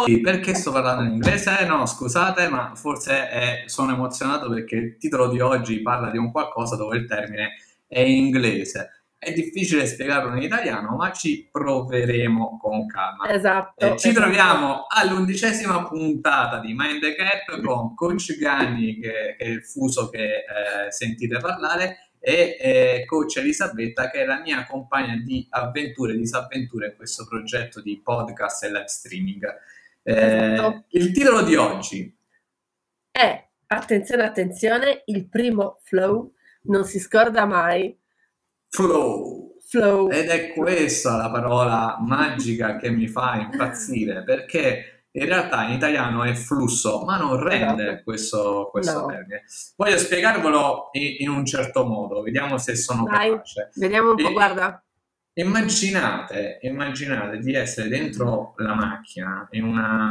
Sì, perché sto parlando in inglese? No, scusate, ma forse sono emozionato perché il titolo di oggi parla di un qualcosa dove il termine è in inglese. È difficile spiegarlo in italiano, ma ci proveremo con calma. Esatto, Ci esatto. troviamo all'11ª puntata di Mind the Gap con Coach Ganni, che è il fuso che sentite parlare, e Coach Elisabetta, che è la mia compagna di avventure e disavventure in questo progetto di podcast e live streaming. Esatto. Il titolo di oggi, E attenzione, attenzione, il primo flow non si scorda mai. flow, Flow. ed è questa la parola magica che mi fa impazzire, perché in realtà in italiano è flusso, ma non rende Esatto. questo No. termine. Voglio spiegarvelo in un certo modo, vediamo se sono Dai, capace. vediamo un po', E- guarda. immaginate di essere dentro la macchina in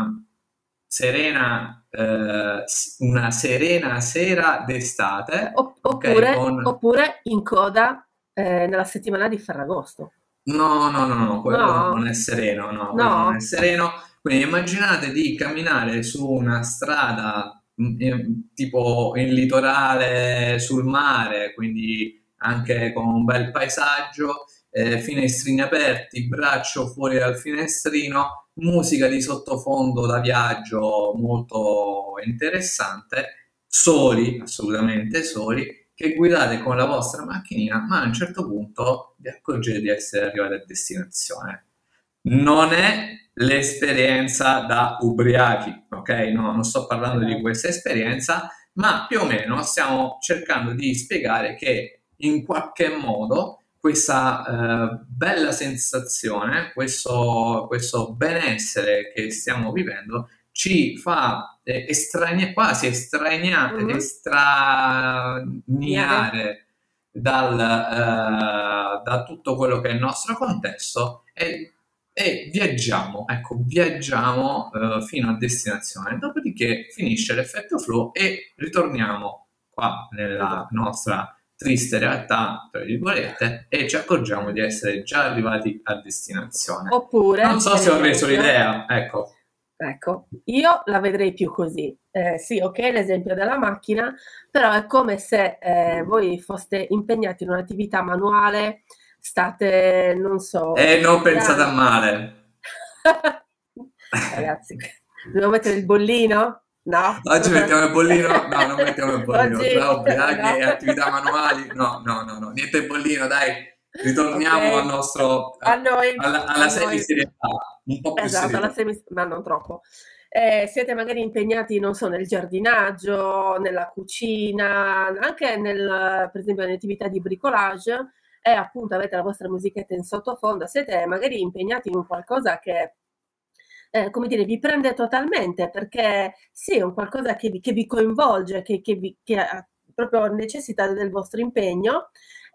una serena sera d'estate, ok? Oppure in coda nella settimana di Ferragosto. No, no, no, no, quello non No? è sereno, no, quello non è No? sereno. Quindi immaginate di camminare su una strada tipo in litorale sul mare, quindi anche con un bel paesaggio, finestrini aperti, braccio fuori dal finestrino, musica di sottofondo da viaggio molto interessante, soli, assolutamente soli, che guidate con la vostra macchinina, ma a un certo punto vi accorgete di essere arrivati a destinazione. Non è l'esperienza da ubriachi, ok? No, non sto parlando di Esatto. questa esperienza, ma più o meno stiamo cercando di spiegare che in qualche modo questa bella sensazione, questo benessere che stiamo vivendo, ci fa quasi Mhm. Niente. estraniare da tutto quello che è il nostro contesto e viaggiamo, ecco, viaggiamo fino a destinazione, dopodiché finisce l'effetto flow e ritorniamo qua nella Esatto. nostra triste realtà, tra virgolette, e ci accorgiamo di essere già arrivati a destinazione. Non Oppure, so per se ho reso esempio, l'idea, ecco. ecco, io la vedrei più così. Sì, ok, l'esempio della macchina, però è come se voi foste impegnati in un'attività manuale, state, non so, E non pensate a studiando. male. Ragazzi, dobbiamo mettere il bollino? No? Oggi mettiamo il bollino? No, non mettiamo il bollino. Tra Oggi ubriachi no. e attività manuali? No, no, no, no. Niente il bollino, dai. Ok, Ritorniamo al nostro, a noi, a alla noi. serie-serietà. Un po' più Esatto, alla serietà. semis ma non troppo. Siete magari impegnati, non so, nel giardinaggio, nella cucina, anche per esempio nelle attività di bricolage e appunto avete la vostra musichetta in sottofondo, siete magari impegnati in un qualcosa che, come dire, vi prende totalmente perché sì, è un qualcosa che vi coinvolge, che proprio necessita del vostro impegno,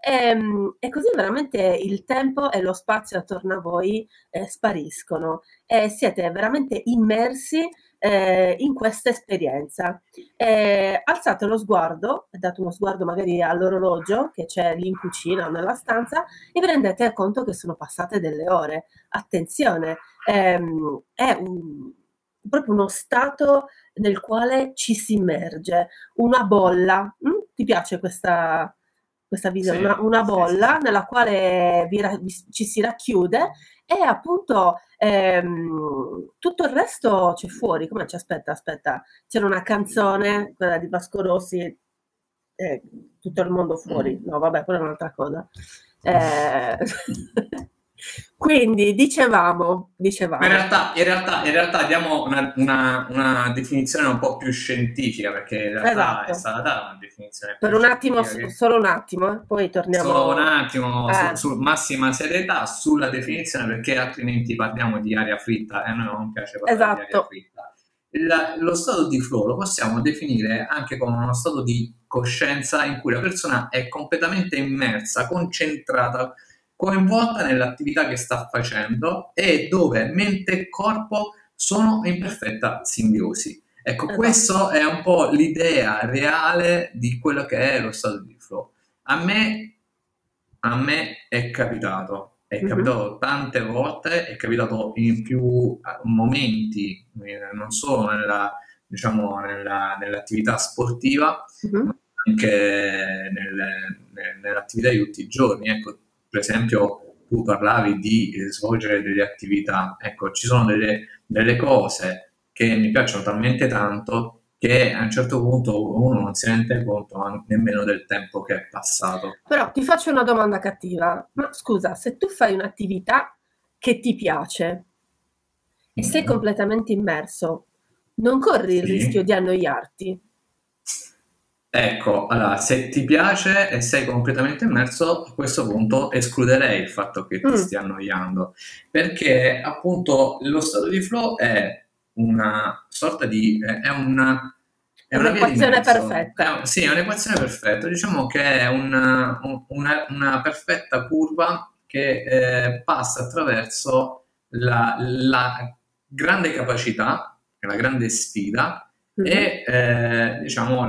e così veramente il tempo e lo spazio attorno a voi spariscono e siete veramente immersi in questa esperienza. Alzate lo sguardo, date uno sguardo magari all'orologio che c'è lì in cucina o nella stanza e vi rendete conto che sono passate delle ore. Attenzione, è proprio uno stato nel quale ci si immerge, una bolla. Ti piace questa visione? Una, Sì, una sì, sì, sì. bolla nella quale ci si racchiude e appunto tutto il resto c'è fuori. Come c'è? Aspetta, aspetta, c'era una canzone, quella di Vasco Rossi, eh, tutto il mondo fuori. Mm. No, vabbè, quella è un'altra cosa. Eh, quindi dicevamo, Ma dicevamo, in realtà diamo una definizione un po' più scientifica, perché in realtà è esatto. stata data una definizione Per più un attimo, scientifica che solo un attimo, poi solo un torniamo. attimo Eh, su massima serietà sulla definizione, perché altrimenti parliamo di aria fritta e a noi non piace parlare di aria esatto, fritta. Lo stato di flow lo possiamo definire anche come uno stato di coscienza in cui la persona è completamente immersa, concentrata, coinvolta nell'attività che sta facendo e dove mente e corpo sono in perfetta simbiosi. Ecco, esatto. questa è un po' l'idea reale di quello che è lo stato di flow. A me, a me è capitato, È Mhm, capitato tante volte, è capitato in più momenti, non solo diciamo, nell'attività sportiva, ma mhm. anche nell'attività di tutti i giorni. Ecco, per esempio, tu parlavi di svolgere delle attività. Ecco, ci sono delle cose che mi piacciono talmente tanto che a un certo punto uno non si rende conto nemmeno del tempo che è passato. Però ti faccio una domanda cattiva. Ma scusa, se tu fai un'attività che ti piace e sei Mhm. completamente immerso, non corri il rischio Sì. di annoiarti? Ecco, allora, se ti piace e sei completamente immerso, a questo punto escluderei il fatto che ti Mm, stia annoiando, perché appunto lo stato di flow è una sorta di, è è una via di un'equazione mezzo. perfetta. Sì, è un'equazione perfetta. Diciamo che è una perfetta curva che passa attraverso la grande capacità, la grande sfida Mhm. e diciamo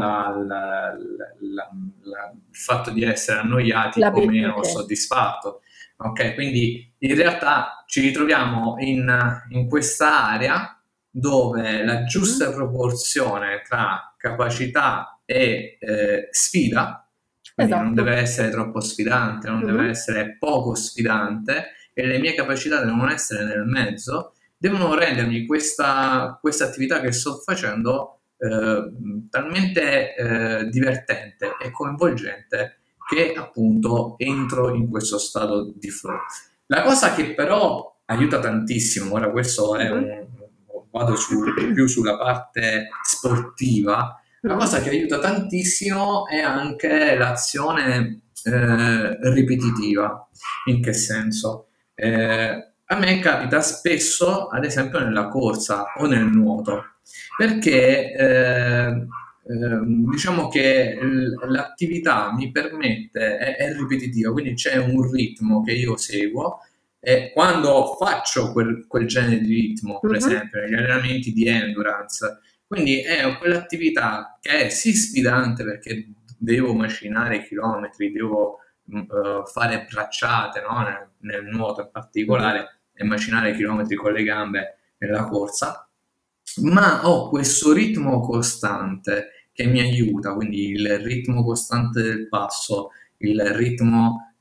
il fatto di essere annoiati o meno Ok. soddisfatto. Ok, quindi in realtà ci ritroviamo in questa area dove la Mhm. giusta proporzione tra capacità e sfida, quindi non Esatto. deve essere troppo sfidante, non deve Mhm. essere poco sfidante e le mie capacità devono essere nel mezzo, devono rendermi questa attività che sto facendo talmente divertente e coinvolgente che appunto entro in questo stato di flow. La cosa che però aiuta tantissimo, ora questo è Mhm. vado più sulla parte sportiva, la Mhm. cosa che aiuta tantissimo è anche l'azione ripetitiva. In che senso? A me capita spesso, ad esempio, nella corsa o nel nuoto, perché diciamo che l'attività mi permette, è ripetitiva, quindi c'è un ritmo che io seguo e quando faccio quel genere di ritmo, per Mhm. esempio negli allenamenti di endurance, quindi è quell'attività che è sì sfidante perché devo macinare chilometri, devo fare bracciate, no? Nel nuoto in Mhm. particolare e macinare chilometri con le gambe nella corsa, ma ho questo ritmo costante che mi aiuta, quindi il ritmo costante del passo, il ritmo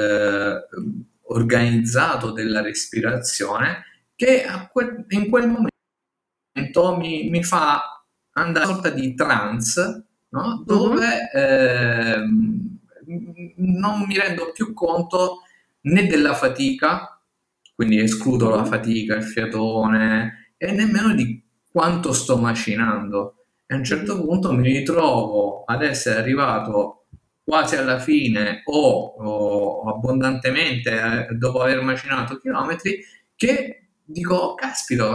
organizzato della respirazione, che in quel momento mi fa andare in una sorta di trance, no? Mhm. Dove non mi rendo più conto né della fatica, quindi escludo la Mhm. fatica, il fiatone, e nemmeno di quanto sto macinando. E a un Mhm. certo punto mi ritrovo ad essere arrivato quasi alla fine o abbondantemente dopo aver macinato chilometri che dico, caspita,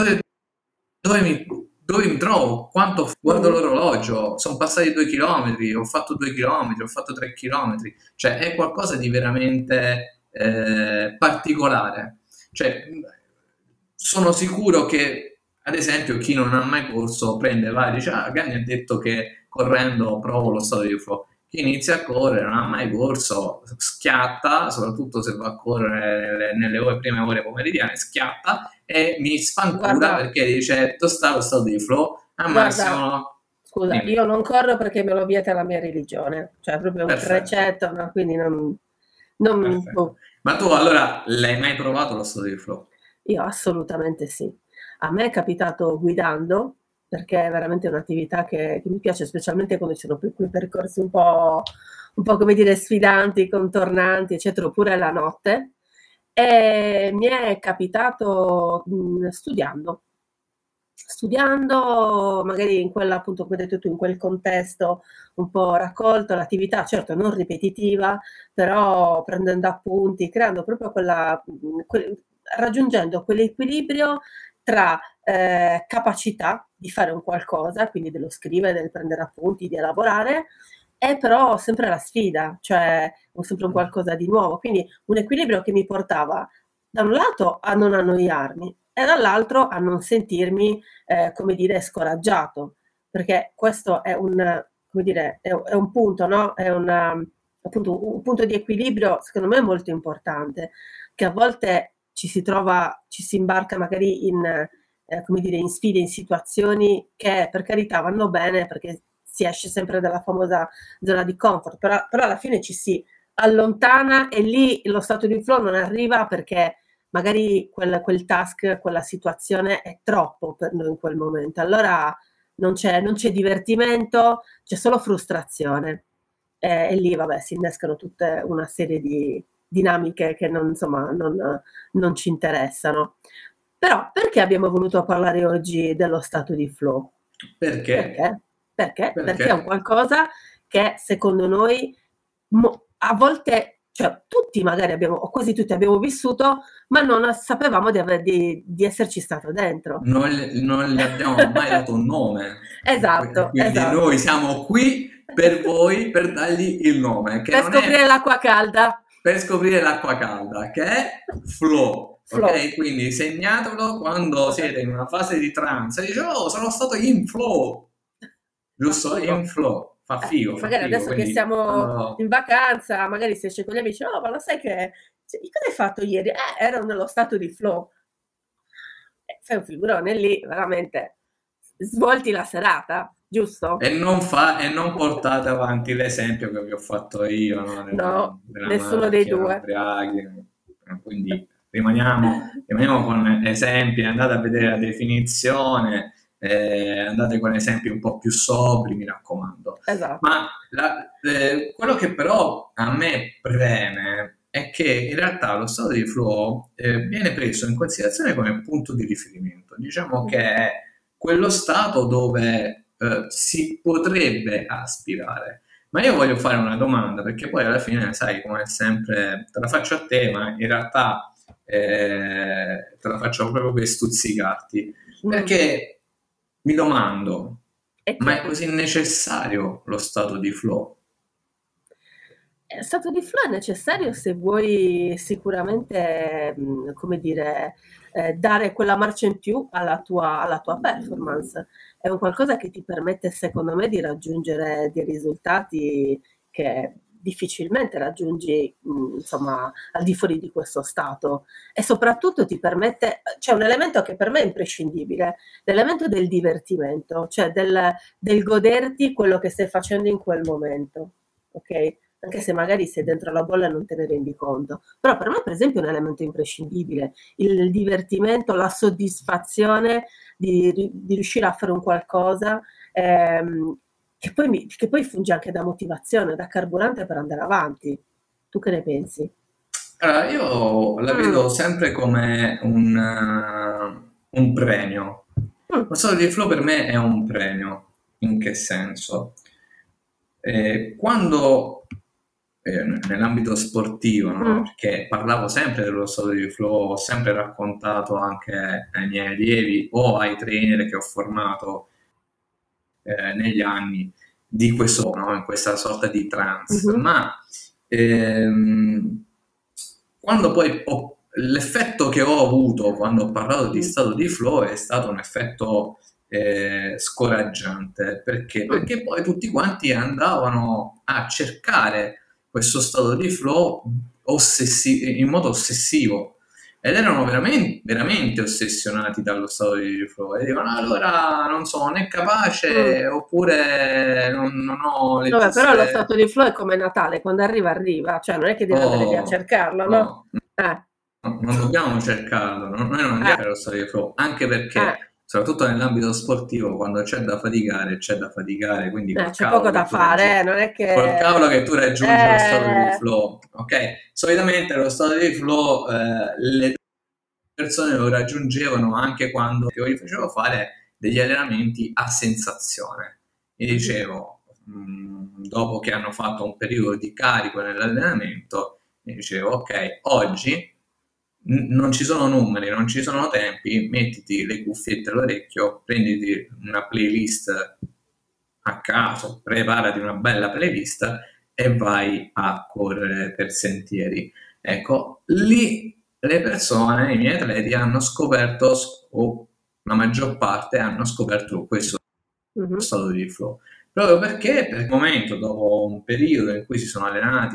dove mi trovo? Guardo Mhm. l'orologio, sono passati 2 chilometri, ho fatto 2 chilometri, ho fatto 3 chilometri, cioè è qualcosa di veramente particolare. Cioè, sono sicuro che, ad esempio, chi non ha mai corso prende, va e dice, ah, Gagni ha detto che correndo provo lo stato di flow. Chi inizia a correre, non ha mai corso, schiatta, soprattutto se va a correre prime ore pomeridiane, schiatta e mi spancura Guarda, perché dice, tu sta lo stato di flow, al guarda, massimo, scusa, dimmi, io non corro perché me lo vieta la mia religione, cioè è proprio un perfetto, precetto, no? Quindi perfetto. boh. Ma tu allora l'hai mai provato lo stato di flow? Io assolutamente sì. A me è capitato guidando, perché è veramente un'attività che mi piace, specialmente quando ci sono quei percorsi un po' come dire sfidanti, contornanti, eccetera, oppure la notte. E mi è capitato studiando. Studiando, magari in quella, appunto, come hai detto tu, in quel contesto un po' raccolto, l'attività certo non ripetitiva, però prendendo appunti, creando proprio raggiungendo quell'equilibrio tra capacità di fare un qualcosa, quindi dello scrivere, del prendere appunti, di elaborare, e però sempre la sfida, cioè sempre un qualcosa di nuovo. Quindi un equilibrio che mi portava da un lato a non annoiarmi e dall'altro a non sentirmi, come dire, scoraggiato, perché questo è come dire, è un punto, no? È appunto un punto di equilibrio secondo me molto importante, che a volte ci si imbarca magari come dire, in sfide, in situazioni che per carità vanno bene perché si esce sempre dalla famosa zona di comfort, però alla fine ci si allontana e lì lo stato di flow non arriva perché magari quel task, quella situazione è troppo per noi in quel momento. Allora non c'è divertimento, c'è solo frustrazione. E lì, vabbè, si innescano tutta una serie di dinamiche che non, insomma, non ci interessano. Però perché abbiamo voluto parlare oggi dello stato di flow? Perché? Perché? Perché è un Perché? qualcosa che secondo noi a volte, cioè tutti magari abbiamo, o quasi tutti abbiamo vissuto, ma non sapevamo di esserci stato dentro. Non gli abbiamo mai dato un nome, Esatto, quindi noi esatto. siamo qui per voi per dargli il nome, che Per non è scoprire l'acqua calda. per scoprire l'acqua calda, che è flow. Flow. Ok, quindi segnatelo quando Esatto. siete in una fase di trance. Dice, oh, sono stato in flow, Fa giusto? In figo. flow, fa figo, fa Magari figo. adesso che Quindi siamo quando in vacanza, magari si esce con gli amici, oh, ma lo sai che, cioè, cosa hai fatto ieri? Ero nello stato di flow. Fai un figurone lì, veramente svolti la serata, giusto? E non portate avanti l'esempio che vi ho fatto io, no? No, Della nessuno dei macchina, due. ubriachi. Quindi rimaniamo con esempi, andate a vedere la definizione, andate con esempi un po' più sobri, mi raccomando. Esatto. Ma quello che però a me preme è che in realtà lo stato di flow viene preso in considerazione come punto di riferimento. Diciamo che Mhm. è quello stato dove si potrebbe aspirare. Ma io voglio fare una domanda, perché poi alla fine, sai, come sempre, te la faccio a te, ma in realtà te la faccio proprio per stuzzicarti. Mm. Perché mi domando, E ma è chiedi. così necessario lo stato di flow? Stato di flow è necessario se vuoi sicuramente, come dire, dare quella marcia in più alla tua performance. È un qualcosa che ti permette, secondo me, di raggiungere dei risultati che difficilmente raggiungi, insomma, al di fuori di questo stato. E soprattutto ti permette, c'è un elemento che per me è imprescindibile, l'elemento del divertimento, cioè del goderti quello che stai facendo in quel momento, ok? Anche se magari sei dentro la bolla e non te ne rendi conto. Però per me, per esempio, è un elemento imprescindibile, il divertimento, la soddisfazione di riuscire a fare un qualcosa che poi funge anche da motivazione, da carburante per andare avanti. Tu che ne pensi? Allora, io la Mm, vedo sempre come un premio. mm, Lo stato di flow per me è un premio. In che senso? Quando nell'ambito sportivo, no? mm, Perché parlavo sempre dello stato di flow, ho sempre raccontato anche ai miei allievi o ai trainer che ho formato negli anni di questo, no? In questa sorta di trance, mhm, ma ehm, quando poi l'effetto che ho avuto quando ho parlato di mm, stato di flow è stato un effetto scoraggiante perché? mm. Perché poi tutti quanti andavano a cercare questo stato di flow in modo ossessivo ed erano veramente, veramente ossessionati dallo stato di flow e dicono allora non sono né Mm. capace oppure non ho le Vabbè, però lo giuste stato di flow è come Natale, quando arriva arriva, cioè non è che devi andare lì a oh cercarlo, no? no Eh, non dobbiamo cercarlo, noi non andiamo eh, per lo stato di flow anche perché soprattutto nell'ambito sportivo quando c'è da faticare quindi c'è poco da fare, non è col cavolo che tu raggiungi lo stato di eh, flow, ok? Solitamente lo stato di flow le persone lo raggiungevano anche quando io gli facevo fare degli allenamenti a sensazione. Mi mhm, dicevo, dopo che hanno fatto un periodo di carico nell'allenamento, mi dicevo, ok, oggi non ci sono numeri, non ci sono tempi, mettiti le cuffiette all'orecchio, prenditi una playlist a caso, preparati una bella playlist e vai a correre per sentieri. Ecco, lì le persone, i miei atleti, hanno scoperto, o la maggior parte hanno scoperto questo mhm, stato di flow. Proprio perché per il momento, dopo un periodo in cui si sono allenati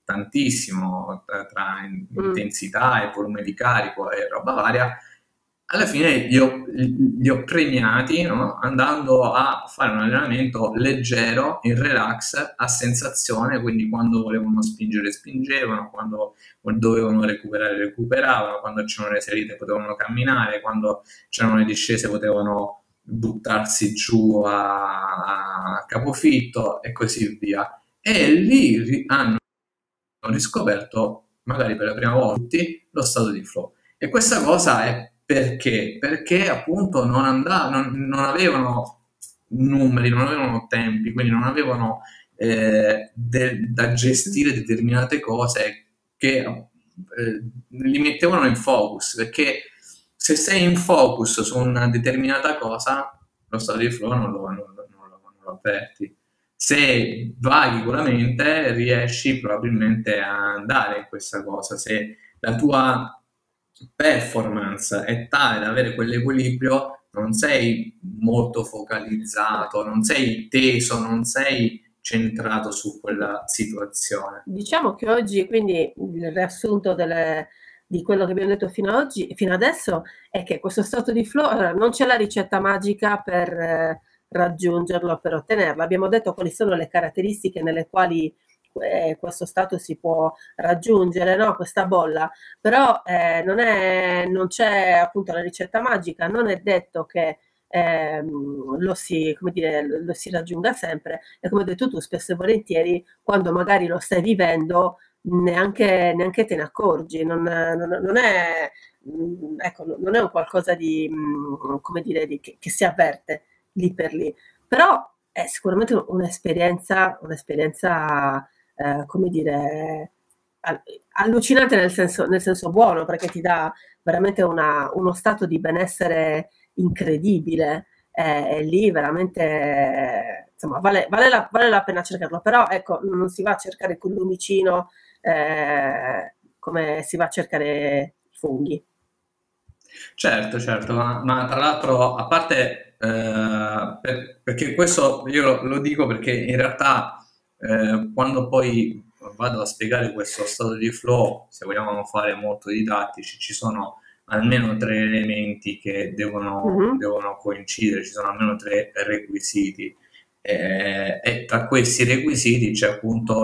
tantissimo tra intensità e volume di carico e roba varia, alla fine li ho premiati, no? Andando a fare un allenamento leggero, in relax, a sensazione, quindi quando volevano spingere spingevano, quando dovevano recuperare recuperavano, quando c'erano le salite potevano camminare, quando c'erano le discese potevano buttarsi giù a capofitto e così via. E lì hanno riscoperto, magari per la prima volta, tutti, lo stato di flow. E questa cosa è perché? Perché appunto non avevano numeri, non avevano tempi, quindi non avevano da gestire determinate cose che li mettevano in focus, perché se sei in focus su una determinata cosa, lo stato di flow non lo avverti. Se vaghi con la mente, riesci probabilmente a andare in questa cosa. Se la tua performance è tale da avere quell'equilibrio, non sei molto focalizzato, non sei teso, non sei centrato su quella situazione. Diciamo che oggi, quindi, il riassunto di quello che abbiamo detto fino adesso, è che questo stato di flow, allora, non c'è la ricetta magica per raggiungerlo, per ottenerlo. Abbiamo detto quali sono le caratteristiche nelle quali questo stato si può raggiungere, no? Questa bolla, però non c'è appunto la ricetta magica, non è detto che come dire, lo si raggiunga sempre, e come hai detto tu, spesso e volentieri quando magari lo stai vivendo neanche te ne accorgi, non è, ecco, non è un qualcosa di, come dire, che si avverte lì per lì, però è sicuramente un'esperienza, come dire, allucinante nel senso buono, perché ti dà veramente uno stato di benessere incredibile, e lì veramente, insomma, vale la pena cercarlo, però ecco, non si va a cercare col lumicino come si va a cercare i funghi. Certo, certo, ma tra l'altro, a parte, perché questo io lo dico perché in realtà quando poi vado a spiegare questo stato di flow, se vogliamo fare molto didattici, ci sono almeno tre elementi che Mhm. devono coincidere, ci sono almeno tre requisiti. E tra questi requisiti c'è appunto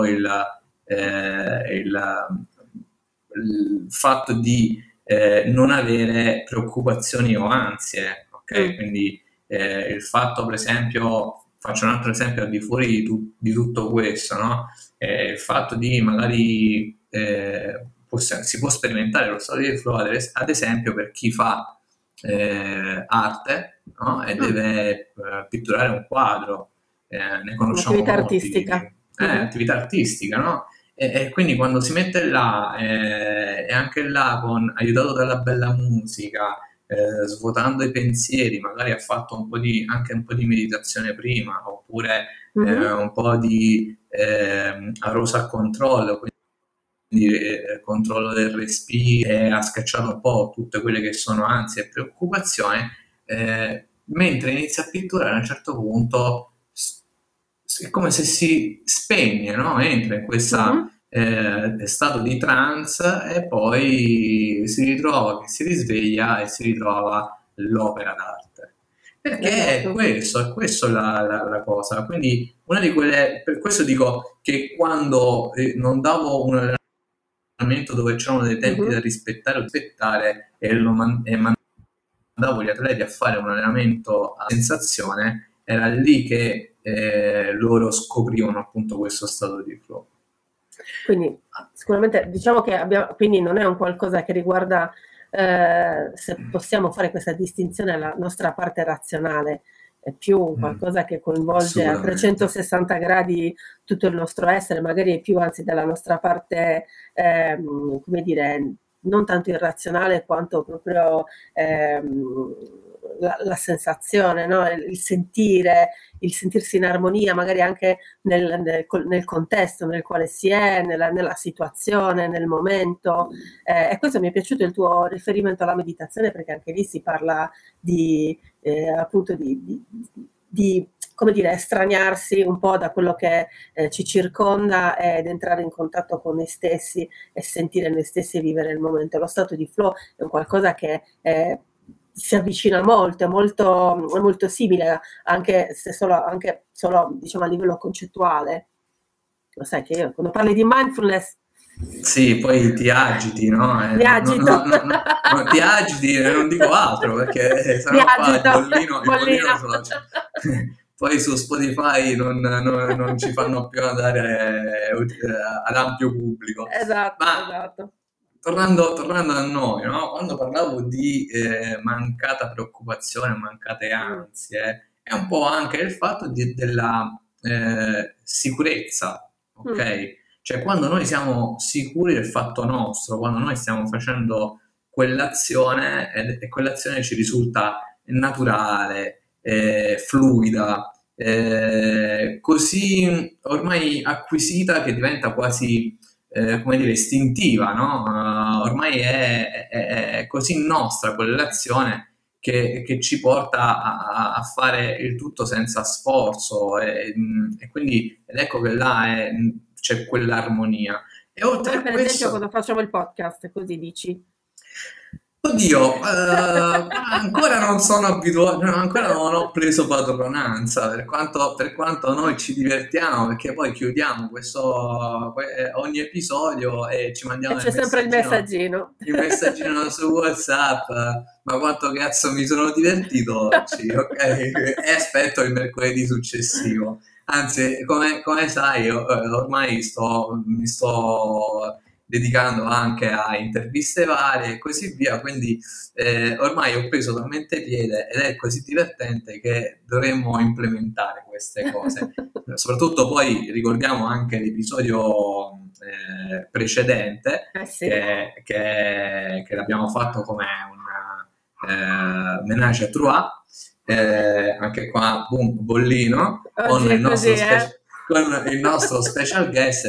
il fatto di non avere preoccupazioni o ansie, ok? Mm. Quindi il fatto, per esempio, faccio un altro esempio al di fuori di tutto questo, no? Il fatto di magari si può sperimentare lo stato di flow, ad esempio, per chi fa arte, no? E Mm. deve pitturare un quadro, ne conosciamo Un'attività molti artistica. Mhm. attività artistica, no? E quindi quando si mette là, e anche là aiutato dalla bella musica, svuotando i pensieri, magari ha fatto anche un po' di meditazione prima, oppure Mhm. un po' di arosa a controllo, quindi controllo del respiro, e ha scacciato un po' tutte quelle che sono ansie e preoccupazioni, mentre inizia a pitturare a un certo punto è come se si spegne, no? Entra in questo Mhm. stato di trance e poi si ritrova che si risveglia e si ritrova l'opera d'arte. Perché Esatto. è questo la cosa. Quindi una di quelle, per questo dico che quando non davo un allenamento dove c'erano dei tempi da Mhm. rispettare e mandavo gli atleti a fare un allenamento a sensazione, era lì che loro scoprivano appunto questo stato di flow. Quindi sicuramente diciamo che quindi non è un qualcosa che riguarda, se possiamo fare questa distinzione, la nostra parte razionale, è più un Mm, qualcosa che coinvolge a assolutamente. 360 gradi tutto il nostro essere, magari è più anzi della nostra parte, come dire, non tanto irrazionale quanto proprio la sensazione, no? Il sentire, il sentirsi in armonia, magari anche nel contesto nel quale si è, nella situazione, nel momento. E questo mi è piaciuto il tuo riferimento alla meditazione, perché anche lì si parla appunto di come dire, estraniarsi un po' da quello che ci circonda ed entrare in contatto con noi stessi e sentire noi stessi e vivere il momento. Lo stato di flow è un qualcosa che si avvicina molto, è molto simile, anche se solo diciamo a livello concettuale. Lo sai che io quando parli di mindfulness Sì, poi ti agiti, no? mi agito. Ti agiti e non dico altro perché Mi sennò qua agito, il bollino poi su Spotify non ci fanno più andare ad ampio pubblico. Esatto, Ma esatto. tornando a noi, no? Quando parlavo di mancata preoccupazione, mancate ansie, è un po' anche il fatto della sicurezza, ok? Cioè, quando noi siamo sicuri del fatto nostro, quando noi stiamo facendo quell'azione e quell'azione ci risulta naturale, fluida, così ormai acquisita che diventa quasi, come dire, istintiva, no? Ormai è così nostra quell'azione che ci porta a fare il tutto senza sforzo e quindi ed ecco che là c'è quell'armonia. E oltre Noi a per esempio questo, quando facciamo il podcast, così dici. oddio, ancora non sono abituato, no, ancora non ho preso padronanza per quanto noi ci divertiamo, perché poi chiudiamo ogni episodio e ci E mandiamo c'è sempre il messaggino su WhatsApp, ma quanto cazzo mi sono divertito oggi, ok? E aspetto il mercoledì successivo. Anzi, come sai, io, ormai mi sto dedicando anche a interviste varie e così via, quindi ormai ho preso talmente piede ed è così divertente che dovremmo implementare queste cose. Soprattutto poi ricordiamo anche l'episodio precedente Sì. che l'abbiamo fatto come una menage à trois, anche qua boom, bollino, Oggi è così, con il nostro special guest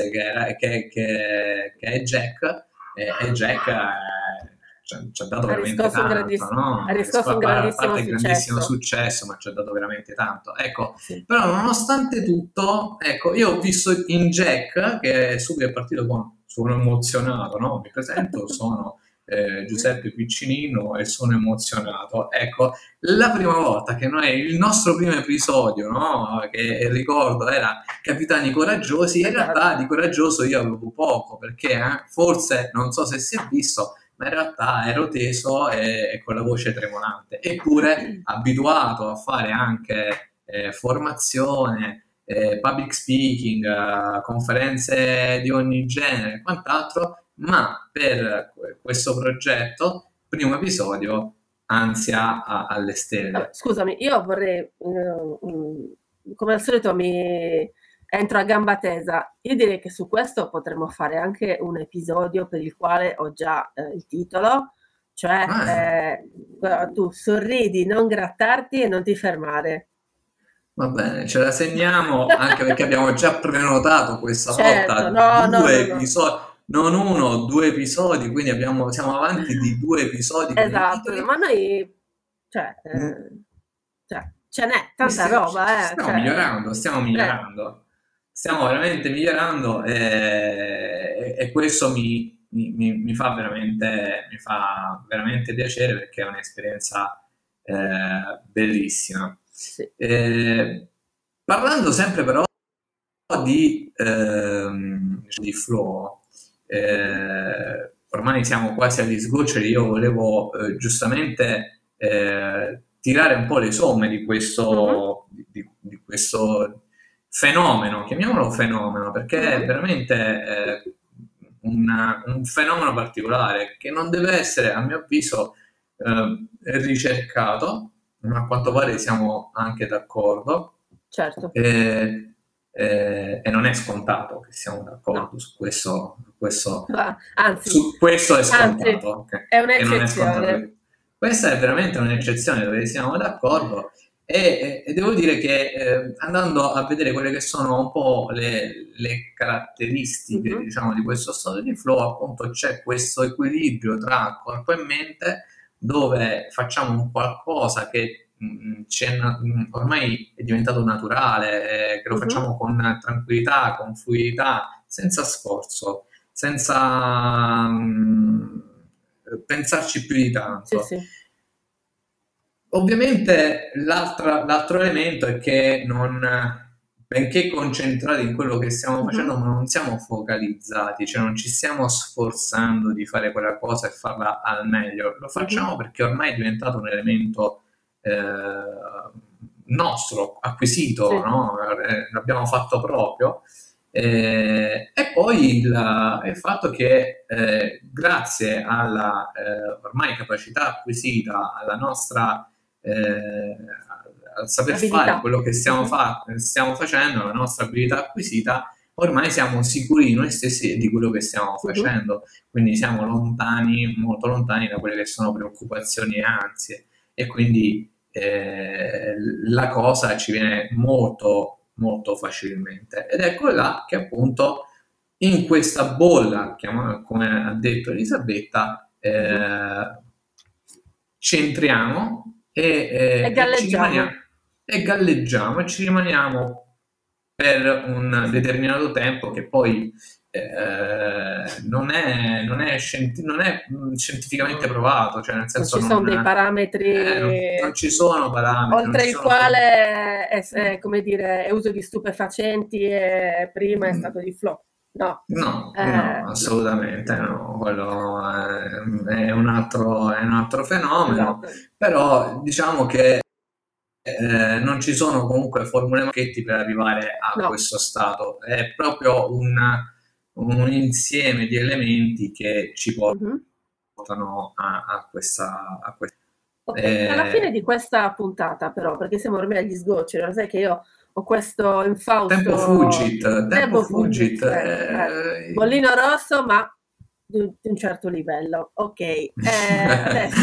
che è Jack, e Jack ci ha dato ha veramente riscosso tanto, no? ha riscosso un A grandissimo parte il grandissimo successo. successo, ma ci ha dato veramente tanto. Ecco, Sì. però nonostante tutto, ecco, io ho visto in Jack che subito è partito con sono emozionato, no? Mi presento, sono Giuseppe Piccinino e sono emozionato. Ecco, la prima volta che noi, il nostro primo episodio, no? Che ricordo era Capitani Coraggiosi, in realtà di coraggioso io avevo poco, perché forse, non so se si è visto, ma in realtà ero teso e con la voce tremolante, eppure abituato a fare anche formazione, public speaking, conferenze di ogni genere e quant'altro, ma per questo progetto, primo episodio, ansia alle stelle. Scusami, io vorrei, come al solito mi entro a gamba tesa. Io direi che su questo potremmo fare anche un episodio per il quale ho già il titolo, cioè tu sorridi, non grattarti e non ti fermare. Va bene, ce la segniamo anche perché abbiamo già prenotato questa Certo, volta no. due episodi, non uno, due episodi, quindi siamo avanti di 2 episodi con i Esatto, titoli. ma noi, cioè, ce n'è tanta roba, Stiamo migliorando, stiamo veramente migliorando e questo mi fa veramente piacere perché è un'esperienza bellissima. Sì. Parlando sempre però di flow, ormai siamo quasi agli sgoccioli, io volevo giustamente tirare un po' le somme di questo, di questo fenomeno, chiamiamolo fenomeno, perché è veramente un fenomeno particolare che non deve essere, a mio avviso, ricercato, ma a quanto pare siamo anche d'accordo. Certo. E non è scontato che siamo d'accordo su questo, anzi, su questo è scontato, è un'eccezione. Non è scontato. Questa è veramente un'eccezione dove siamo d'accordo e devo dire che andando a vedere quelle che sono un po' le caratteristiche diciamo di questo stato di flow, appunto c'è questo equilibrio tra corpo e mente dove facciamo un qualcosa che ormai è diventato naturale, che lo Mhm. facciamo con tranquillità, con fluidità, senza sforzo, senza pensarci più di Sì, tanto. sì. Ovviamente l'altro elemento è che benché concentrati in quello che stiamo Mhm. facendo, ma non siamo focalizzati, cioè non ci stiamo sforzando di fare quella cosa e farla al meglio. Lo Mhm. facciamo perché ormai è diventato un elemento nostro, acquisito, Sì. no? L'abbiamo fatto proprio. E poi il fatto che grazie alla ormai capacità acquisita, alla nostra al saper fare Abilità. quello che Mhm. stiamo facendo, la nostra abilità acquisita, ormai siamo sicuri di noi stessi e di quello che stiamo Mhm. facendo, quindi siamo lontani, molto lontani da quelle che sono preoccupazioni e ansie e quindi la cosa ci viene molto molto facilmente ed ecco là che appunto in questa bolla, come ha detto Elisabetta, Mhm. ci entriamo E e ci galleggiamo. rimaniamo e galleggiamo e ci rimaniamo per un Sì. determinato tempo che poi non è scientificamente No. provato, cioè nel Non senso ci sono dei non parametri ci sono parametri, non oltre ci il sono forme. quale come dire, è uso di stupefacenti e prima è stato di flow. No, No, no, no, assolutamente no, quello è un altro fenomeno, esatto. però diciamo che non ci sono comunque formule marchetti per arrivare a No. questo stato, è proprio un insieme di elementi che ci Mhm. portano a questa. Ok, alla fine Eh, di questa puntata però, perché siamo ormai agli sgoccioli, lo sai che io ho questo infausto tempo tempo fugit, fugit, bollino rosso, ma di un certo livello. Ok, adesso,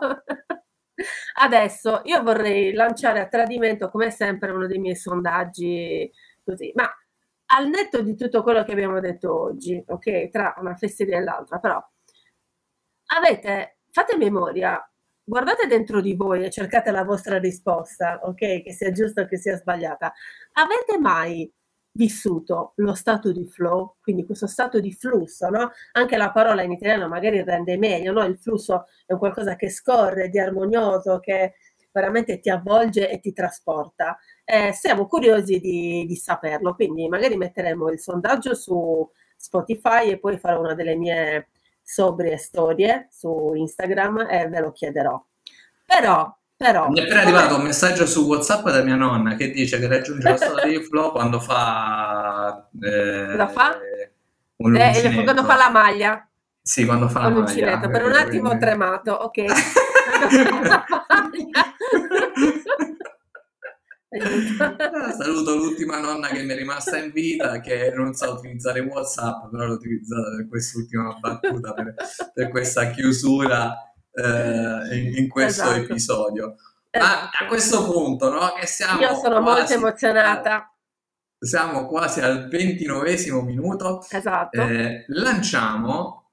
adesso io vorrei lanciare a tradimento, come sempre, uno dei miei sondaggi così, ma al netto di tutto quello che abbiamo detto oggi, ok, tra una fesseria e l'altra, però fate memoria, guardate dentro di voi e cercate la vostra risposta, ok? Che sia giusta o che sia sbagliata. Avete mai vissuto lo stato di flow, quindi questo stato di flusso, no? Anche la parola in italiano magari rende meglio, no? Il flusso è un qualcosa che scorre, di armonioso, che veramente ti avvolge e ti trasporta. Siamo curiosi di saperlo, quindi magari metteremo il sondaggio su Spotify e poi farò una delle mie sobrie storie su Instagram e ve lo chiederò. Mi è appena arrivato un Siccome messaggio su WhatsApp da mia nonna che dice che raggiunge lo stato di flow quando fa cosa fa? Quando fa l'uncinetto. la maglia Sì, quando fa la o maglia, l'uncinetto, per un capito? attimo ho Quindi. tremato, ok? Quando fa la maglia. Aiuto. Saluto l'ultima nonna che mi è rimasta in vita, che non sa utilizzare WhatsApp, però l'ho utilizzata per quest'ultima battuta, per questa chiusura in questo Esatto, episodio. Ma a esatto. questo punto, no, che Io sono molto al, emozionata. siamo quasi al 29esimo minuto, Esatto. lanciamo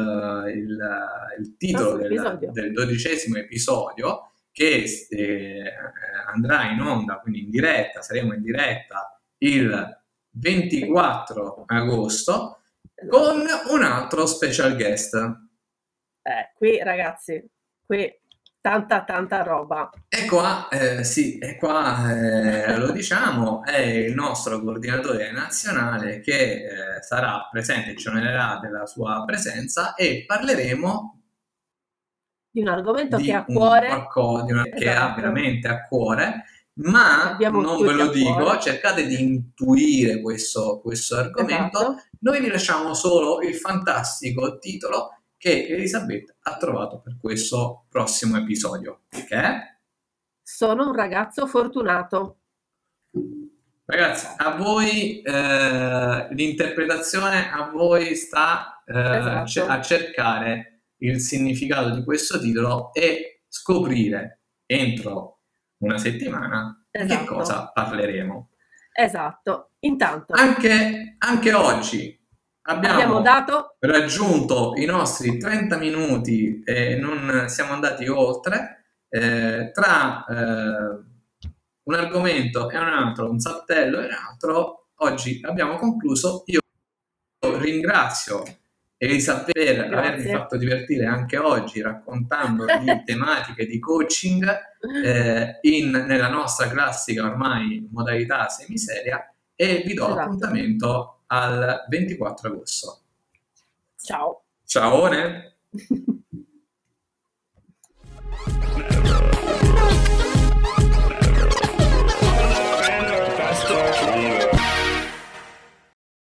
il titolo Prossimo episodio. del 12esimo episodio che andrà in onda, quindi in diretta, saremo in diretta il 24 24. agosto con Esatto. un altro special guest. Qui ragazzi, qui tanta roba. E qua, sì, e qua lo diciamo, è il nostro coordinatore nazionale che sarà presente, ci onorerà della sua presenza e parleremo Di un argomento che ha di a cuore, che ha esatto, veramente a cuore, che ma abbiamo non ve tutti lo a dico, cuore, cercate di intuire questo argomento. esatto. Noi vi lasciamo solo il fantastico titolo che Elisabetta ha trovato per questo prossimo episodio, che è. Sono un ragazzo fortunato. Ragazzi, a voi l'interpretazione, a voi sta a Esatto, cercare il significato di questo titolo e scoprire entro una settimana di che esatto, cosa parleremo. esatto. Intanto Anche oggi abbiamo abbiamo dato raggiunto i nostri 30 minuti e non siamo andati oltre. tra un argomento e un altro, un saltello e un altro, oggi abbiamo concluso. Io ringrazio Elisa per avermi Grazie. fatto divertire anche oggi raccontando di tematiche di coaching nella nostra classica ormai modalità semiseria, e vi do Esatto. appuntamento al 24 agosto. Ciao. Ciao!